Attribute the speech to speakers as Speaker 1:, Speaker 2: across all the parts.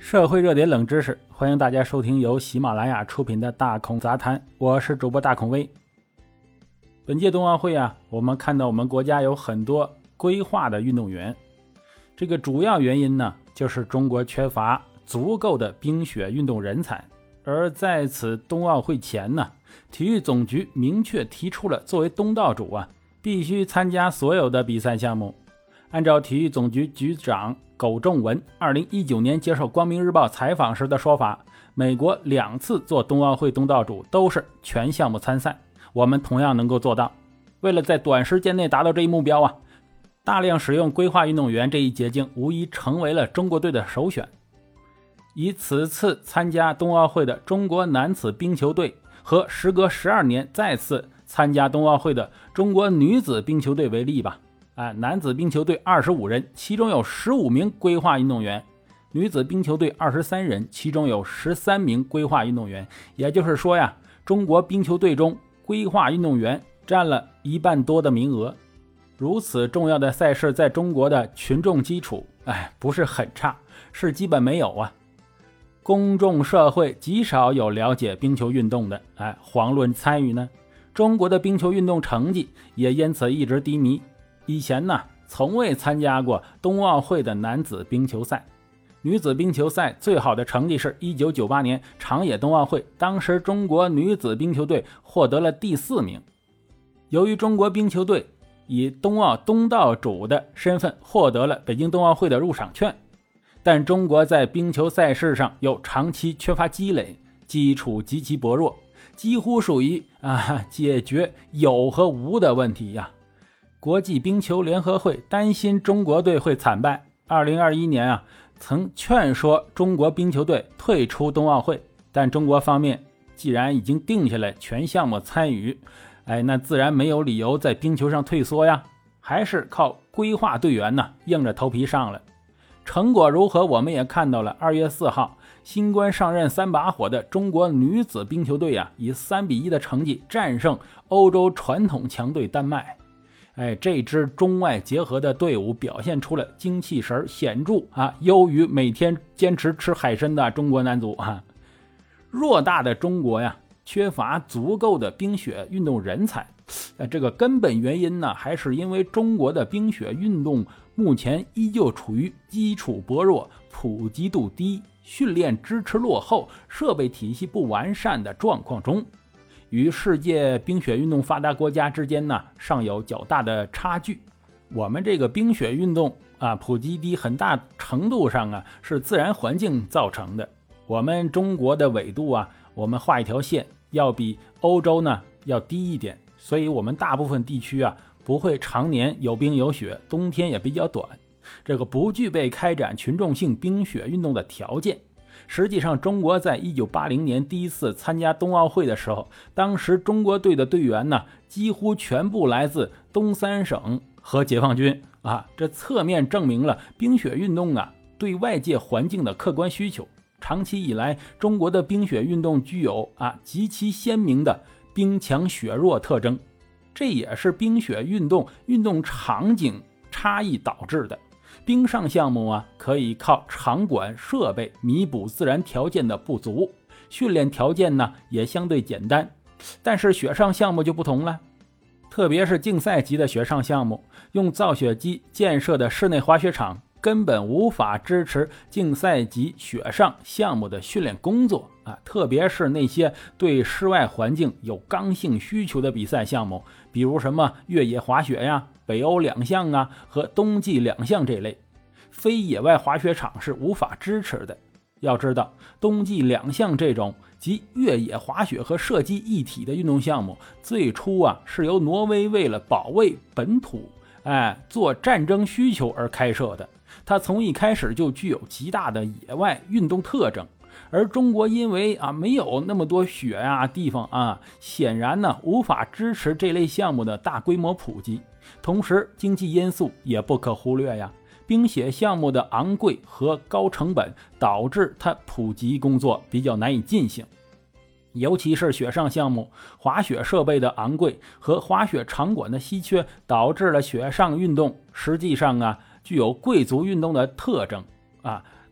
Speaker 1: 社会热点冷知识，欢迎大家收听由喜马拉雅出品的大孔杂谈，我是主播大孔威。本届冬奥会我们看到我们国家有很多规划的运动员，这个主要原因呢，就是中国缺乏足够的冰雪运动人才。而在此冬奥会前呢，体育总局明确提出了作为东道主必须参加所有的比赛项目。按照体育总局局长苟仲文2019年接受光明日报采访时的说法，美国2次做冬奥会东道主都是全项目参赛，我们同样能够做到。为了在短时间内达到这一目标大量使用规划运动员这一捷径无疑成为了中国队的首选。以此次参加冬奥会的中国男子冰球队和时隔12年再次参加冬奥会的中国女子冰球队为例吧。男子冰球队25人，其中有15名规划运动员；女子冰球队23人，其中有13名规划运动员。也就是说中国冰球队中规划运动员占了1半多的名额。如此重要的赛事，在中国的群众基础不是很差，是基本没有公众社会极少有了解冰球运动的，遑论参与呢。中国的冰球运动成绩也因此一直低迷。以前从未参加过冬奥会的男子冰球赛。女子冰球赛最好的成绩是1998年长野冬奥会，当时中国女子冰球队获得了第4名。由于中国冰球队以冬奥东道主的身份获得了北京冬奥会的入场券，但中国在冰球赛事上又长期缺乏积累，基础极其薄弱，几乎属于解决有和无的问题国际冰球联合会担心中国队会惨败，2021年曾劝说中国冰球队退出冬奥会，但中国方面既然已经定下来全项目参与，那自然没有理由在冰球上退缩还是靠规划队员硬着头皮上了。成果如何我们也看到了。2月4号新官上任3把火的中国女子冰球队以3-1的成绩战胜欧洲传统强队丹麦。这支中外结合的队伍表现出了精气神显著优于每天坚持吃海参的中国男足偌大的中国缺乏足够的冰雪运动人才。这个根本原因呢，还是因为中国的冰雪运动目前依旧处于基础薄弱、普及度低、训练支持落后、设备体系不完善的状况中，与世界冰雪运动发达国家之间尚有较大的差距。我们这个冰雪运动普及低，很大程度上是自然环境造成的。我们中国的纬度我们画一条线要比欧洲要低一点，所以我们大部分地区不会常年有冰有雪，冬天也比较短，这个不具备开展群众性冰雪运动的条件。实际上中国在1980年第一次参加冬奥会的时候，当时中国队的队员几乎全部来自东3省和解放军这侧面证明了冰雪运动对外界环境的客观需求。长期以来，中国的冰雪运动具有极其鲜明的冰强雪弱特征，这也是冰雪运动场景差异导致的。冰上项目可以靠场馆设备弥补自然条件的不足，训练条件也相对简单。但是雪上项目就不同了，特别是竞赛级的雪上项目，用造雪机建设的室内滑雪场根本无法支持竞赛级雪上项目的训练工作特别是那些对室外环境有刚性需求的比赛项目，比如什么越野滑雪北欧2项和冬季2项这类，非野外滑雪场是无法支持的。要知道，冬季2项这种集越野滑雪和射击一体的运动项目，最初是由挪威为了保卫本土做战争需求而开设的，它从一开始就具有极大的野外运动特征。而中国因为没有那么多雪地方显然无法支持这类项目的大规模普及。同时经济因素也不可忽略冰雪项目的昂贵和高成本导致它普及工作比较难以进行。尤其是雪上项目，滑雪设备的昂贵和滑雪场馆的稀缺，导致了雪上运动实际上具有贵族运动的特征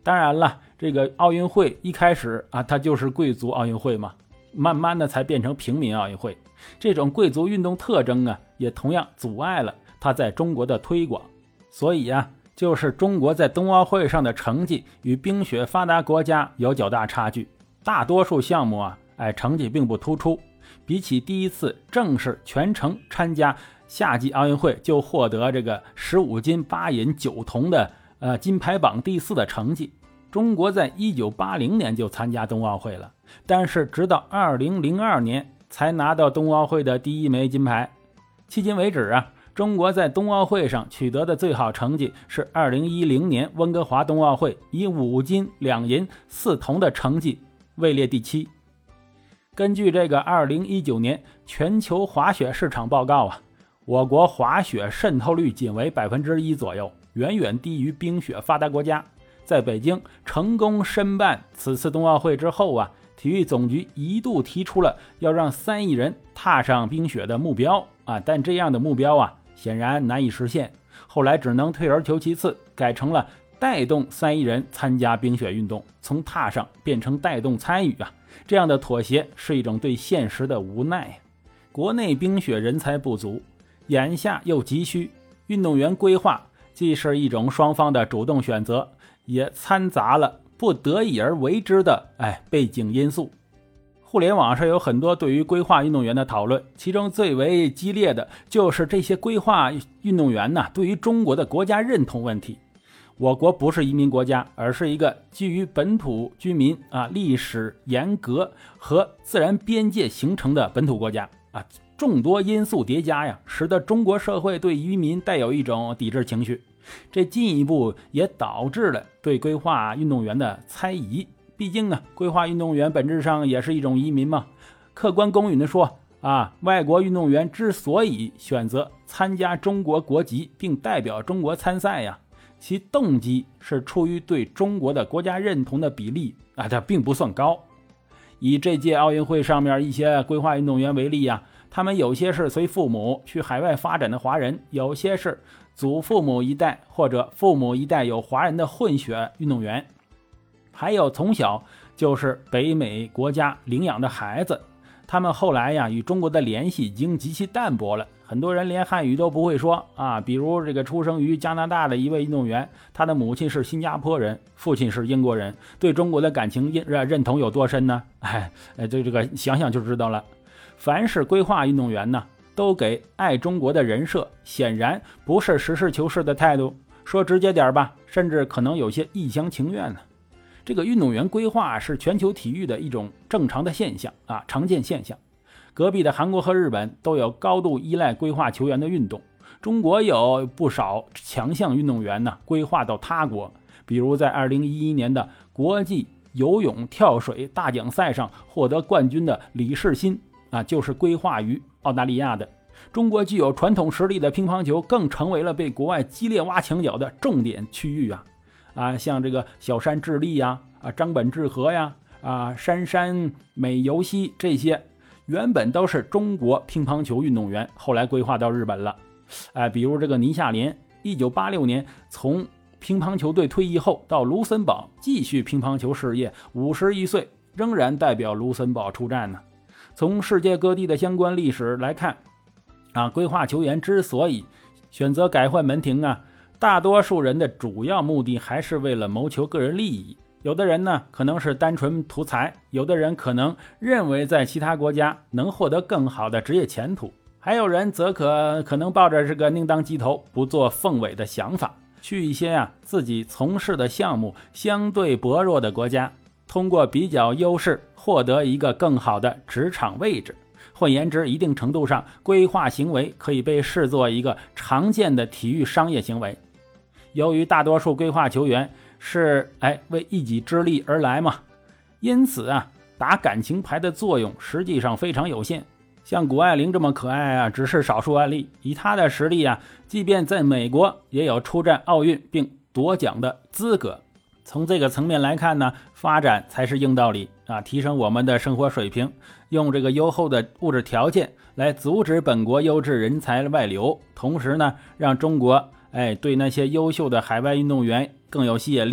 Speaker 1: 当然了，这个奥运会一开始它就是贵族奥运会嘛，慢慢的才变成平民奥运会。这种贵族运动特征也同样阻碍了它在中国的推广。所以就是中国在冬奥会上的成绩与冰雪发达国家有较大差距，大多数项目成绩并不突出。比起第一次正式全程参加夏季奥运会就获得这个15金8银9铜的金牌榜第4的成绩，中国在1980年就参加冬奥会了，但是直到2002年才拿到冬奥会的第1枚金牌。迄今为止中国在冬奥会上取得的最好成绩是2010年温哥华冬奥会，以5金2银4铜的成绩位列第7。根据这个2019年全球滑雪市场报告我国滑雪渗透率仅为 1% 左右，远远低于冰雪发达国家。在北京成功申办此次冬奥会之后体育总局一度提出了要让3亿人踏上冰雪的目标但这样的目标显然难以实现，后来只能退而求其次，改成了带动3亿人参加冰雪运动，从踏上变成带动参与这样的妥协是一种对现实的无奈。国内冰雪人才不足，眼下又急需，运动员规划既是一种双方的主动选择，也掺杂了不得已而为之的背景因素。互联网上有很多对于规划运动员的讨论，其中最为激烈的就是这些规划运动员对于中国的国家认同问题。我国不是移民国家，而是一个基于本土居民历史沿革和自然边界形成的本土国家众多因素叠加使得中国社会对移民带有一种抵制情绪，这进一步也导致了对规划运动员的猜疑。毕竟规划运动员本质上也是一种移民嘛。客观公允地说外国运动员之所以选择参加中国国籍并代表中国参赛其动机是出于对中国的国家认同的比例它并不算高。以这届奥运会上面一些规划运动员为例他们有些是随父母去海外发展的华人，有些是祖父母一代或者父母一代有华人的混血运动员，还有从小就是北美国家领养的孩子。他们后来与中国的联系已经极其淡薄了，很多人连汉语都不会说比如这个出生于加拿大的一位运动员，他的母亲是新加坡人，父亲是英国人，对中国的感情认同有多深呢？这个想想就知道了。凡是规划运动员都给爱中国的人设，显然不是实事求是的态度，说直接点吧，甚至可能有些一厢情愿这个运动员规划是全球体育的一种正常的现象常见现象。隔壁的韩国和日本都有高度依赖规划球员的运动，中国有不少强项运动员规划到他国，比如在2011年的国际游泳跳水大奖赛上获得冠军的李世新就是规划于澳大利亚的。中国具有传统实力的乒乓球更成为了被国外激烈挖墙脚的重点区域像这个小山智利张本智和杉山美由希，这些原本都是中国乒乓球运动员，后来规划到日本了比如这个倪夏莲1986年从乒乓球队退役后到卢森堡继续乒乓球事业，51岁仍然代表卢森堡出战从世界各地的相关历史来看规划球员之所以选择改换门庭大多数人的主要目的还是为了谋求个人利益。有的人可能是单纯图财，有的人可能认为在其他国家能获得更好的职业前途，还有人则可能抱着这个宁当鸡头不做凤尾的想法，去一些自己从事的项目相对薄弱的国家，通过比较优势获得一个更好的职场位置。换言之，一定程度上，规划行为可以被视作一个常见的体育商业行为。由于大多数规划球员是为一己之力而来嘛，因此打感情牌的作用实际上非常有限。像谷爱凌这么可爱只是少数案例，以她的实力即便在美国也有出战奥运并夺奖的资格。从这个层面来看发展才是硬道理提升我们的生活水平，用这个优厚的物质条件来阻止本国优质人才外流，同时让中国对那些优秀的海外运动员更有吸引力，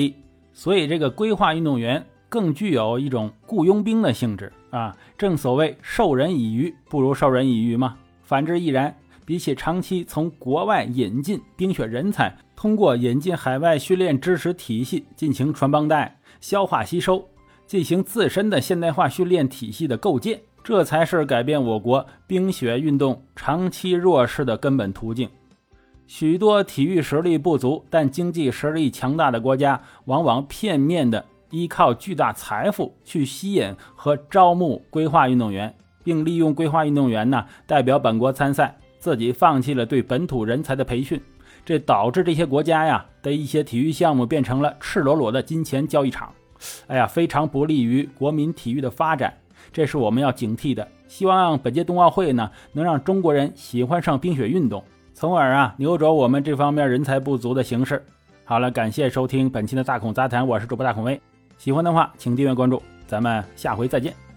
Speaker 1: 所以这个规划运动员更具有一种雇佣兵的性质啊。正所谓授人以鱼不如授人以渔嘛，反之亦然。比起长期从国外引进冰雪人才，通过引进海外训练支持体系进行传帮带、消化吸收，进行自身的现代化训练体系的构建，这才是改变我国冰雪运动长期弱势的根本途径。许多体育实力不足但经济实力强大的国家，往往片面的依靠巨大财富去吸引和招募规划运动员，并利用规划运动员代表本国参赛，自己放弃了对本土人才的培训，这导致这些国家的一些体育项目变成了赤裸裸的金钱交易场。非常不利于国民体育的发展，这是我们要警惕的。希望本届冬奥会能让中国人喜欢上冰雪运动，从而扭转我们这方面人才不足的形势。好了，感谢收听本期的大孔杂谈，我是主播大孔威。喜欢的话请订阅关注，咱们下回再见。